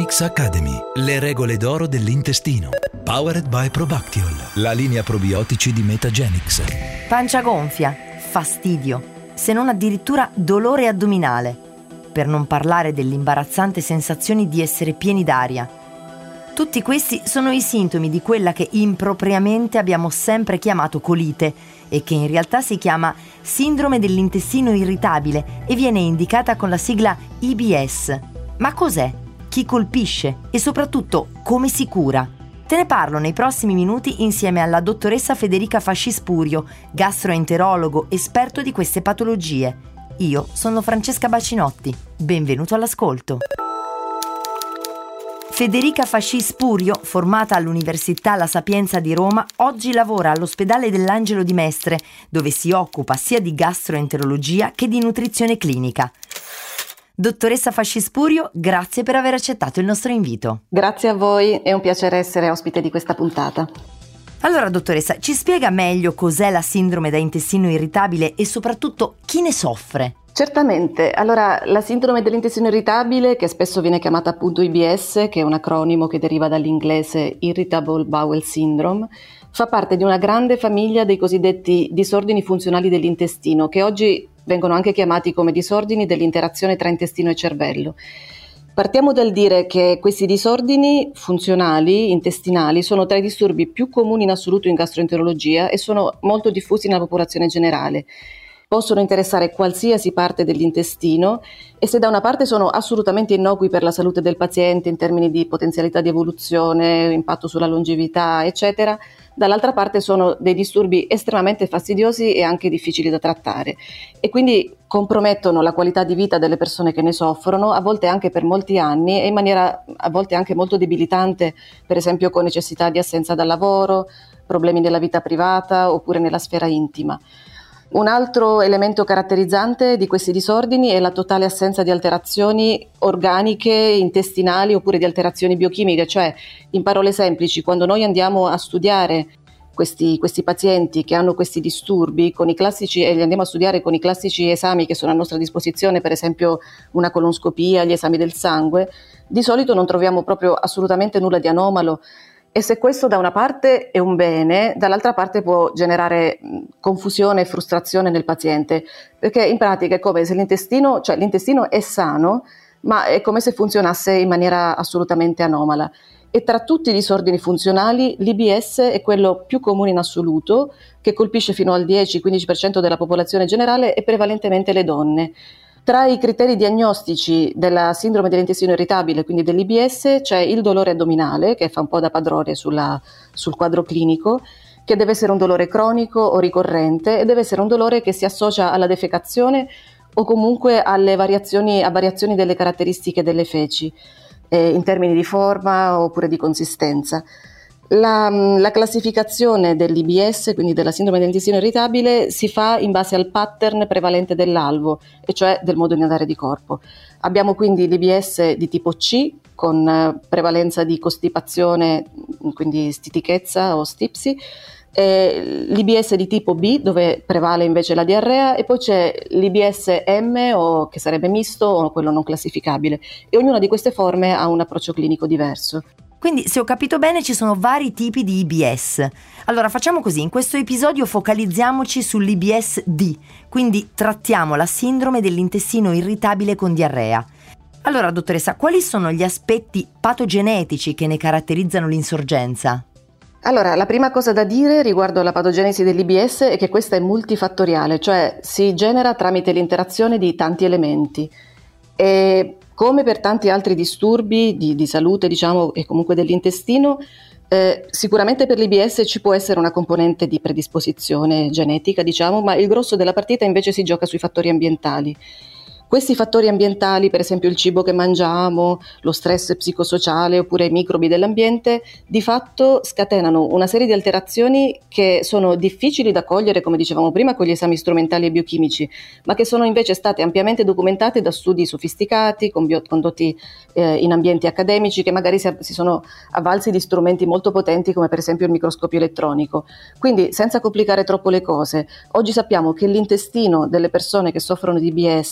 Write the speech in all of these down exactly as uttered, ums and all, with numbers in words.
Metagenix Academy, le regole d'oro dell'intestino. Powered by Probactiol, la linea probiotici di Metagenix. Pancia gonfia, fastidio, se non addirittura dolore addominale, per non parlare dell'imbarazzante sensazione di essere pieni d'aria. Tutti questi sono i sintomi di quella che impropriamente abbiamo sempre chiamato colite e che in realtà si chiama sindrome dell'intestino irritabile e viene indicata con la sigla I B S. Ma cos'è? Chi colpisce? E soprattutto come si cura? Te ne parlo nei prossimi minuti insieme alla dottoressa Federica Fasci Spurio, gastroenterologo esperto di queste patologie. Io sono Francesca Bacinotti. Benvenuto all'ascolto. Federica Fasci Spurio, formata all'Università La Sapienza di Roma, oggi lavora all'ospedale dell'Angelo di Mestre, dove si occupa sia di gastroenterologia che di nutrizione clinica. Dottoressa Fasci Spurio, grazie per aver accettato il nostro invito. Grazie a voi, è un piacere essere ospite di questa puntata. Allora, dottoressa, ci spiega meglio cos'è la sindrome da intestino irritabile e soprattutto chi ne soffre? Certamente, allora la sindrome dell'intestino irritabile, che spesso viene chiamata appunto I B S, che è un acronimo che deriva dall'inglese Irritable Bowel Syndrome, fa parte di una grande famiglia dei cosiddetti disordini funzionali dell'intestino, che oggi vengono anche chiamati come disordini dell'interazione tra intestino e cervello. Partiamo dal dire che questi disordini funzionali intestinali sono tra i disturbi più comuni in assoluto in gastroenterologia e sono molto diffusi nella popolazione generale. Possono interessare qualsiasi parte dell'intestino e se da una parte sono assolutamente innocui per la salute del paziente in termini di potenzialità di evoluzione, impatto sulla longevità, eccetera, dall'altra parte sono dei disturbi estremamente fastidiosi e anche difficili da trattare e quindi compromettono la qualità di vita delle persone che ne soffrono, a volte anche per molti anni e in maniera a volte anche molto debilitante, per esempio con necessità di assenza dal lavoro, problemi nella vita privata oppure nella sfera intima. Un altro elemento caratterizzante di questi disordini è la totale assenza di alterazioni organiche, intestinali oppure di alterazioni biochimiche, cioè in parole semplici, quando noi andiamo a studiare questi, questi pazienti che hanno questi disturbi con i classici, e li andiamo a studiare con i classici esami che sono a nostra disposizione, per esempio una colonscopia, gli esami del sangue, di solito non troviamo proprio assolutamente nulla di anomalo. E se questo da una parte è un bene, dall'altra parte può generare confusione e frustrazione nel paziente, perché in pratica è come se l'intestino, cioè l'intestino è sano, ma è come se funzionasse in maniera assolutamente anomala. E tra tutti i disordini funzionali l'I B S è quello più comune in assoluto, che colpisce fino al dieci quindici per cento della popolazione generale e prevalentemente le donne. Tra i criteri diagnostici della sindrome dell'intestino irritabile, quindi dell'I B S, c'è il dolore addominale, che fa un po' da padrone sulla, sul quadro clinico, che deve essere un dolore cronico o ricorrente e deve essere un dolore che si associa alla defecazione o comunque alle variazioni, a variazioni delle caratteristiche delle feci, eh, in termini di forma oppure di consistenza. La, la classificazione dell'I B S, quindi della sindrome dell'intestino irritabile, si fa in base al pattern prevalente dell'alvo, e cioè del modo di andare di corpo. Abbiamo quindi l'I B S di tipo C, con prevalenza di costipazione, quindi stitichezza o stipsi, e l'I B S di tipo B, dove prevale invece la diarrea, e poi c'è l'I B S M, o che sarebbe misto o quello non classificabile, e ognuna di queste forme ha un approccio clinico diverso. Quindi, se ho capito bene, ci sono vari tipi di I B S. Allora, facciamo così, in questo episodio focalizziamoci sull'I B S D, quindi trattiamo la sindrome dell'intestino irritabile con diarrea. Allora, dottoressa, quali sono gli aspetti patogenetici che ne caratterizzano l'insorgenza? Allora, la prima cosa da dire riguardo alla patogenesi dell'I B S è che questa è multifattoriale, cioè si genera tramite l'interazione di tanti elementi. E come per tanti altri disturbi di, di salute, diciamo, e comunque dell'intestino, eh, sicuramente per l'I B S ci può essere una componente di predisposizione genetica, diciamo, ma il grosso della partita invece si gioca sui fattori ambientali. Questi fattori ambientali, per esempio il cibo che mangiamo, lo stress psicosociale oppure i microbi dell'ambiente, di fatto scatenano una serie di alterazioni che sono difficili da cogliere, come dicevamo prima, con gli esami strumentali e biochimici, ma che sono invece state ampiamente documentate da studi sofisticati, con bio- condotti eh, in ambienti accademici, che magari si, si sono avvalsi di strumenti molto potenti come per esempio il microscopio elettronico. Quindi, senza complicare troppo le cose, oggi sappiamo che l'intestino delle persone che soffrono di I B S è di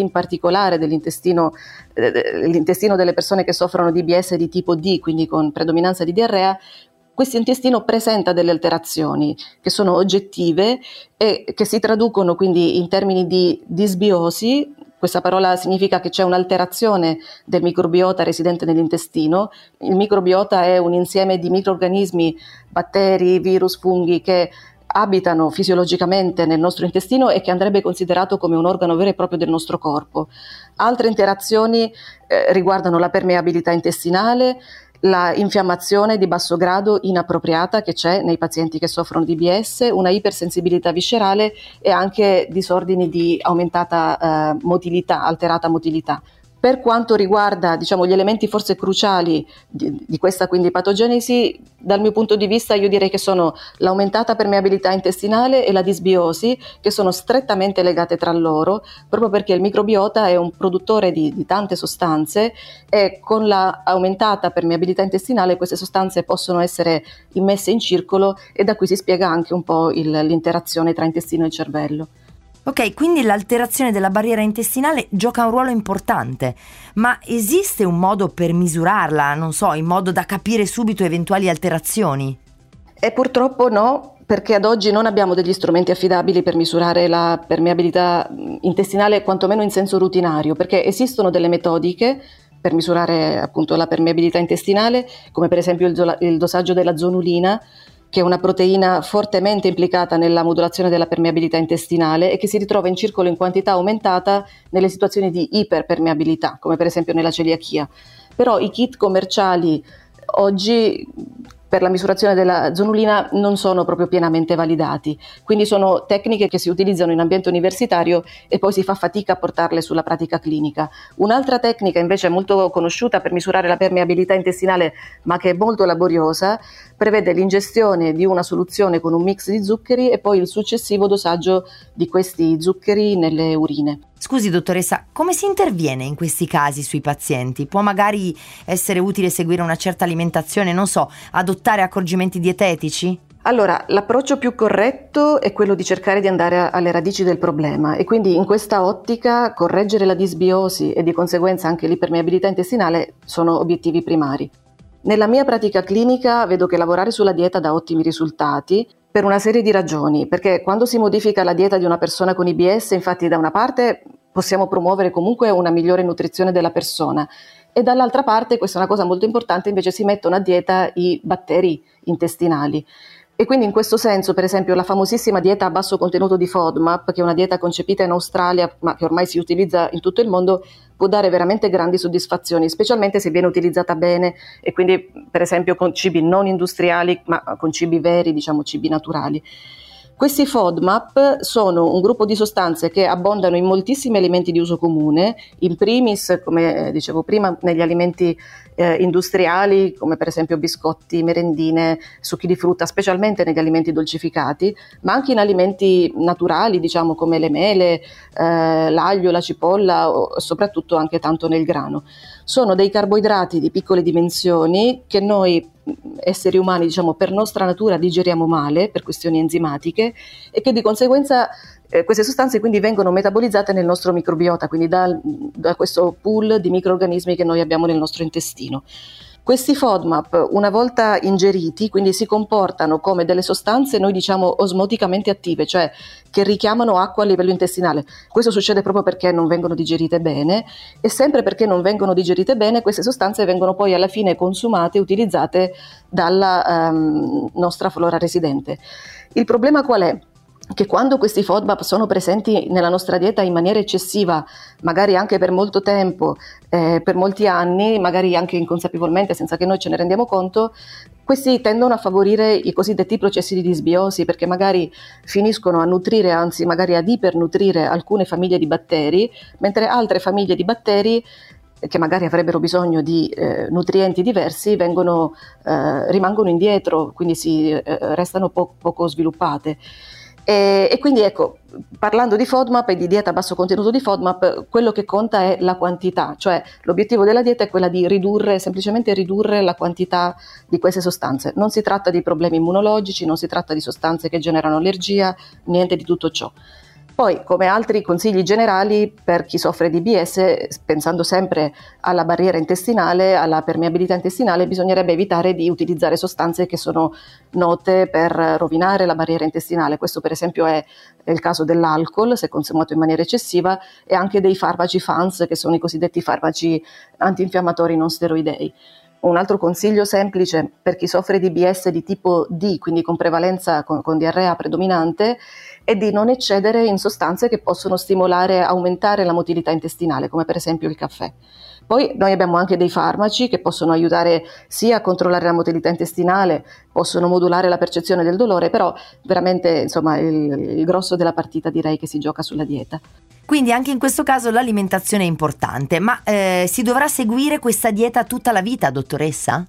in particolare dell'intestino, eh, l'intestino delle persone che soffrono di I B S di tipo D, quindi con predominanza di diarrea, questo intestino presenta delle alterazioni che sono oggettive e che si traducono quindi in termini di disbiosi. Questa parola significa che c'è un'alterazione del microbiota residente nell'intestino. Il microbiota è un insieme di microrganismi, batteri, virus, funghi che abitano fisiologicamente nel nostro intestino e che andrebbe considerato come un organo vero e proprio del nostro corpo. Altre interazioni eh, riguardano la permeabilità intestinale, la infiammazione di basso grado inappropriata che c'è nei pazienti che soffrono di I B S, una ipersensibilità viscerale e anche disordini di aumentata eh, motilità, alterata motilità. Per quanto riguarda, diciamo, gli elementi forse cruciali di, di questa quindi patogenesi, dal mio punto di vista io direi che sono l'aumentata permeabilità intestinale e la disbiosi, che sono strettamente legate tra loro, proprio perché il microbiota è un produttore di, di tante sostanze e con la aumentata permeabilità intestinale queste sostanze possono essere immesse in circolo e da qui si spiega anche un po' il, l'interazione tra intestino e cervello. Ok, quindi l'alterazione della barriera intestinale gioca un ruolo importante, ma esiste un modo per misurarla, non so, in modo da capire subito eventuali alterazioni? E purtroppo no, perché ad oggi non abbiamo degli strumenti affidabili per misurare la permeabilità intestinale, quantomeno in senso rutinario, perché esistono delle metodiche per misurare appunto la permeabilità intestinale, come per esempio il, il dosaggio della zonulina, che è una proteina fortemente implicata nella modulazione della permeabilità intestinale e che si ritrova in circolo in quantità aumentata nelle situazioni di iperpermeabilità, come per esempio nella celiachia. Però i kit commerciali oggi per la misurazione della zonulina non sono proprio pienamente validati, quindi sono tecniche che si utilizzano in ambiente universitario e poi si fa fatica a portarle sulla pratica clinica. Un'altra tecnica invece molto conosciuta per misurare la permeabilità intestinale, ma che è molto laboriosa, prevede l'ingestione di una soluzione con un mix di zuccheri e poi il successivo dosaggio di questi zuccheri nelle urine. Scusi dottoressa, come si interviene in questi casi sui pazienti? Può magari essere utile seguire una certa alimentazione, non so, adottare accorgimenti dietetici? Allora, l'approccio più corretto è quello di cercare di andare alle radici del problema e quindi in questa ottica correggere la disbiosi e di conseguenza anche l'ipermeabilità intestinale sono obiettivi primari. Nella mia pratica clinica vedo che lavorare sulla dieta dà ottimi risultati per una serie di ragioni, perché quando si modifica la dieta di una persona con I B S, infatti da una parte possiamo promuovere comunque una migliore nutrizione della persona e dall'altra parte, questa è una cosa molto importante, invece si mettono a dieta i batteri intestinali. E quindi in questo senso, per esempio, la famosissima dieta a basso contenuto di FODMAP, che è una dieta concepita in Australia, ma che ormai si utilizza in tutto il mondo, può dare veramente grandi soddisfazioni, specialmente se viene utilizzata bene e quindi, per esempio, con cibi non industriali, ma con cibi veri, diciamo cibi naturali. Questi FODMAP sono un gruppo di sostanze che abbondano in moltissimi alimenti di uso comune, in primis, come dicevo prima, negli alimenti eh, industriali, come per esempio biscotti, merendine, succhi di frutta, specialmente negli alimenti dolcificati, ma anche in alimenti naturali, diciamo come le mele, eh, l'aglio, la cipolla, o soprattutto anche tanto nel grano. Sono dei carboidrati di piccole dimensioni che noi esseri umani, diciamo, per nostra natura digeriamo male per questioni enzimatiche e che di conseguenza eh, queste sostanze quindi vengono metabolizzate nel nostro microbiota, quindi da, da questo pool di microrganismi che noi abbiamo nel nostro intestino. Questi FODMAP, una volta ingeriti, quindi si comportano come delle sostanze, noi diciamo osmoticamente attive, cioè che richiamano acqua a livello intestinale. Questo succede proprio perché non vengono digerite bene e sempre perché non vengono digerite bene queste sostanze vengono poi alla fine consumate e utilizzate dalla um, nostra flora residente. Il problema qual è? Che quando questi FODMAP sono presenti nella nostra dieta in maniera eccessiva, magari anche per molto tempo, eh, per molti anni, magari anche inconsapevolmente, senza che noi ce ne rendiamo conto, questi tendono a favorire i cosiddetti processi di disbiosi, perché magari finiscono a nutrire, anzi magari ad ipernutrire alcune famiglie di batteri, mentre altre famiglie di batteri che magari avrebbero bisogno di eh, nutrienti diversi vengono, eh, rimangono indietro, quindi si eh, restano po- poco sviluppate. E, e quindi ecco, parlando di FODMAP e di dieta a basso contenuto di FODMAP, quello che conta è la quantità, cioè l'obiettivo della dieta è quella di ridurre, semplicemente ridurre la quantità di queste sostanze. Non si tratta di problemi immunologici, non si tratta di sostanze che generano allergia, niente di tutto ciò. Poi, come altri consigli generali per chi soffre di I B S, pensando sempre alla barriera intestinale, alla permeabilità intestinale, bisognerebbe evitare di utilizzare sostanze che sono note per rovinare la barriera intestinale. Questo per esempio è il caso dell'alcol, se consumato in maniera eccessiva, e anche dei farmaci F A N S, che sono i cosiddetti farmaci antinfiammatori non steroidei. Un altro consiglio semplice per chi soffre di I B S di tipo D, quindi con prevalenza con, con diarrea predominante, è di non eccedere in sostanze che possono stimolare, aumentare la motilità intestinale, come per esempio il caffè. Poi noi abbiamo anche dei farmaci che possono aiutare sia a controllare la motilità intestinale, possono modulare la percezione del dolore, però veramente insomma il, il grosso della partita direi che si gioca sulla dieta. Quindi anche in questo caso l'alimentazione è importante, ma eh, si dovrà seguire questa dieta tutta la vita, dottoressa?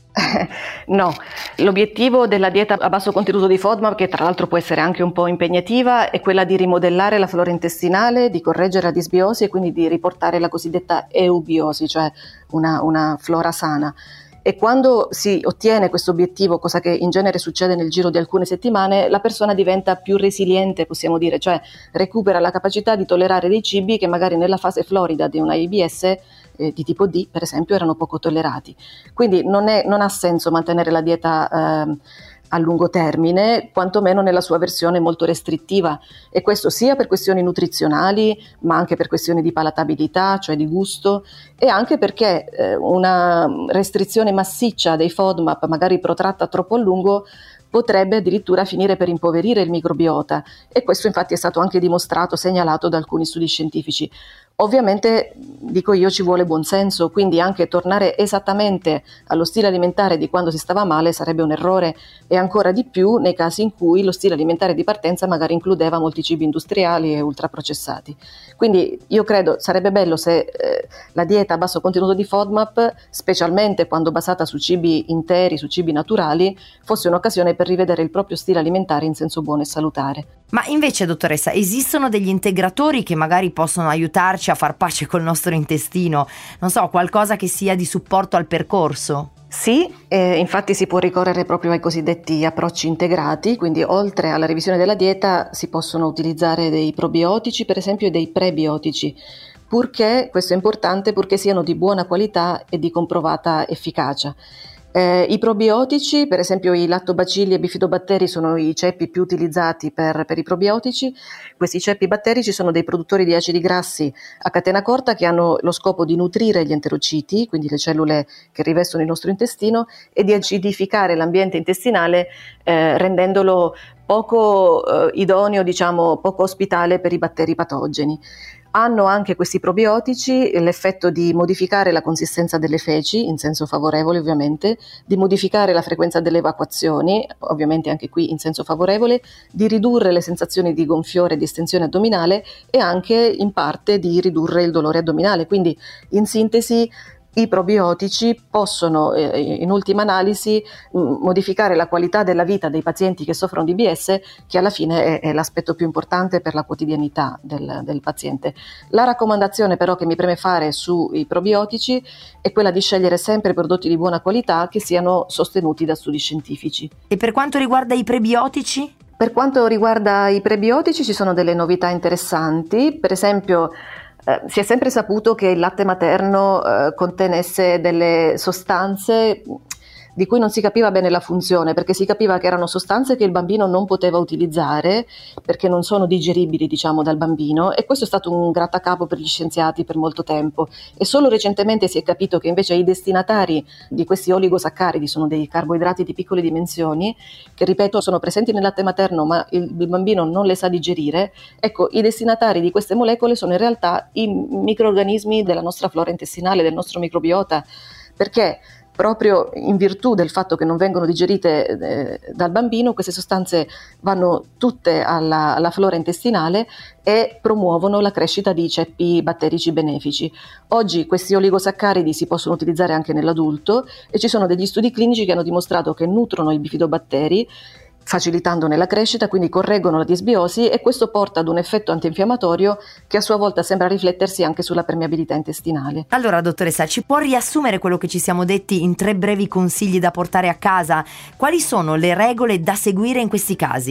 No, l'obiettivo della dieta a basso contenuto di FODMAP, che tra l'altro può essere anche un po' impegnativa, è quella di rimodellare la flora intestinale, di correggere la disbiosi e quindi di riportare la cosiddetta eubiosi, cioè una, una flora sana. E quando si ottiene questo obiettivo, cosa che in genere succede nel giro di alcune settimane, la persona diventa più resiliente, possiamo dire, cioè recupera la capacità di tollerare dei cibi che magari nella fase florida di una I B S eh, di tipo D, per esempio, erano poco tollerati. Quindi non, è, non ha senso mantenere la dieta eh, a lungo termine, quantomeno nella sua versione molto restrittiva, e questo sia per questioni nutrizionali, ma anche per questioni di palatabilità, cioè di gusto, e anche perché eh, una restrizione massiccia dei FODMAP, magari protratta troppo a lungo, potrebbe addirittura finire per impoverire il microbiota, e questo infatti è stato anche dimostrato, segnalato da alcuni studi scientifici. Ovviamente, dico io, ci vuole buonsenso, quindi anche tornare esattamente allo stile alimentare di quando si stava male sarebbe un errore, e ancora di più nei casi in cui lo stile alimentare di partenza magari includeva molti cibi industriali e ultraprocessati. Quindi io credo sarebbe bello se eh, la dieta a basso contenuto di FODMAP, specialmente quando basata su cibi interi, su cibi naturali, fosse un'occasione per rivedere il proprio stile alimentare in senso buono e salutare. Ma invece, dottoressa, esistono degli integratori che magari possono aiutarci a far pace col nostro intestino? Non so, qualcosa che sia di supporto al percorso? Sì, eh, infatti si può ricorrere proprio ai cosiddetti approcci integrati, quindi oltre alla revisione della dieta si possono utilizzare dei probiotici, per esempio, e dei prebiotici, purché, questo è importante, purché siano di buona qualità e di comprovata efficacia. Eh, I probiotici, per esempio i lattobacilli e bifidobatteri, sono i ceppi più utilizzati per, per i probiotici. Questi ceppi batterici sono dei produttori di acidi grassi a catena corta che hanno lo scopo di nutrire gli enterociti, quindi le cellule che rivestono il nostro intestino, e di acidificare l'ambiente intestinale eh, rendendolo poco eh, idoneo, diciamo poco ospitale per i batteri patogeni. Hanno anche questi probiotici l'effetto di modificare la consistenza delle feci, in senso favorevole ovviamente, di modificare la frequenza delle evacuazioni, ovviamente anche qui in senso favorevole, di ridurre le sensazioni di gonfiore e di distensione addominale, e anche in parte di ridurre il dolore addominale. Quindi in sintesi i probiotici possono eh, in ultima analisi mh, modificare la qualità della vita dei pazienti che soffrono di I B S, che alla fine è, è l'aspetto più importante per la quotidianità del, del paziente. La raccomandazione però che mi preme fare sui probiotici è quella di scegliere sempre prodotti di buona qualità che siano sostenuti da studi scientifici. E per quanto riguarda i prebiotici? Per quanto riguarda i prebiotici ci sono delle novità interessanti, per esempio Eh, si è sempre saputo che il latte materno eh, contenesse delle sostanze di cui non si capiva bene la funzione, perché si capiva che erano sostanze che il bambino non poteva utilizzare perché non sono digeribili, diciamo, dal bambino, e questo è stato un grattacapo per gli scienziati per molto tempo, e solo recentemente si è capito che invece i destinatari di questi oligosaccaridi sono dei carboidrati di piccole dimensioni che, ripeto, sono presenti nel latte materno ma il, il bambino non le sa digerire. Ecco, i destinatari di queste molecole sono in realtà i microrganismi della nostra flora intestinale, del nostro microbiota, perché proprio in virtù del fatto che non vengono digerite eh, dal bambino, queste sostanze vanno tutte alla, alla flora intestinale e promuovono la crescita di ceppi batterici benefici. Oggi questi oligosaccaridi si possono utilizzare anche nell'adulto, e ci sono degli studi clinici che hanno dimostrato che nutrono i bifidobatteri, facilitandone la crescita, quindi correggono la disbiosi, e questo porta ad un effetto antinfiammatorio che a sua volta sembra riflettersi anche sulla permeabilità intestinale. Allora, dottoressa, ci può riassumere quello che ci siamo detti in tre brevi consigli da portare a casa? Quali sono le regole da seguire in questi casi?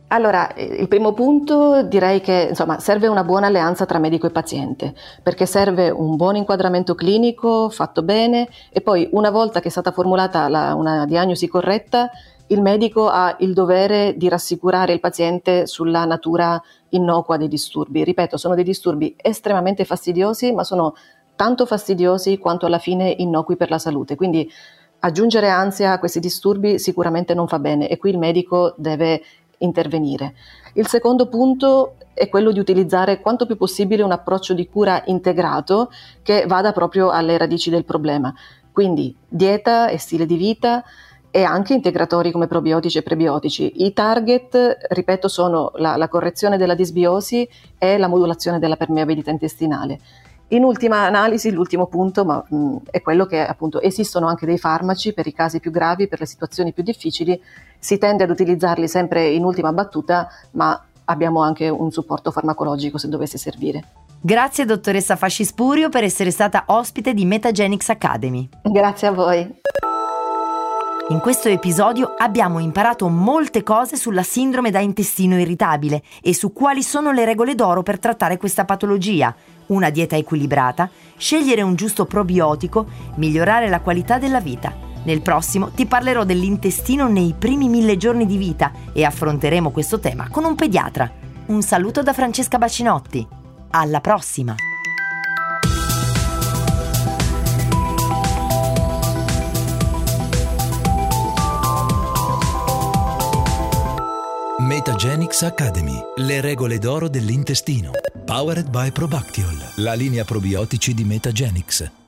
Allora, il primo punto direi che insomma serve una buona alleanza tra medico e paziente, perché serve un buon inquadramento clinico fatto bene e poi una volta che è stata formulata la, una diagnosi corretta, il medico ha il dovere di rassicurare il paziente sulla natura innocua dei disturbi. Ripeto, sono dei disturbi estremamente fastidiosi, ma sono tanto fastidiosi quanto alla fine innocui per la salute. Quindi aggiungere ansia a questi disturbi sicuramente non fa bene e qui il medico deve intervenire. Il secondo punto è quello di utilizzare quanto più possibile un approccio di cura integrato che vada proprio alle radici del problema. Quindi dieta e stile di vita e anche integratori come probiotici e prebiotici. I target, ripeto, sono la, la correzione della disbiosi e la modulazione della permeabilità intestinale. In ultima analisi, l'ultimo punto ma, mh, è quello che appunto esistono anche dei farmaci per i casi più gravi, per le situazioni più difficili, si tende ad utilizzarli sempre in ultima battuta, ma abbiamo anche un supporto farmacologico se dovesse servire. Grazie dottoressa Fasci Spurio per essere stata ospite di Metagenics Academy. Grazie a voi. In questo episodio abbiamo imparato molte cose sulla sindrome da intestino irritabile e su quali sono le regole d'oro per trattare questa patologia, una dieta equilibrata, scegliere un giusto probiotico, migliorare la qualità della vita. Nel prossimo ti parlerò dell'intestino nei primi mille giorni di vita e affronteremo questo tema con un pediatra. Un saluto da Francesca Bacinotti. Alla prossima! Metagenics Academy, le regole d'oro dell'intestino. Powered by Probactiol, la linea probiotici di Metagenics.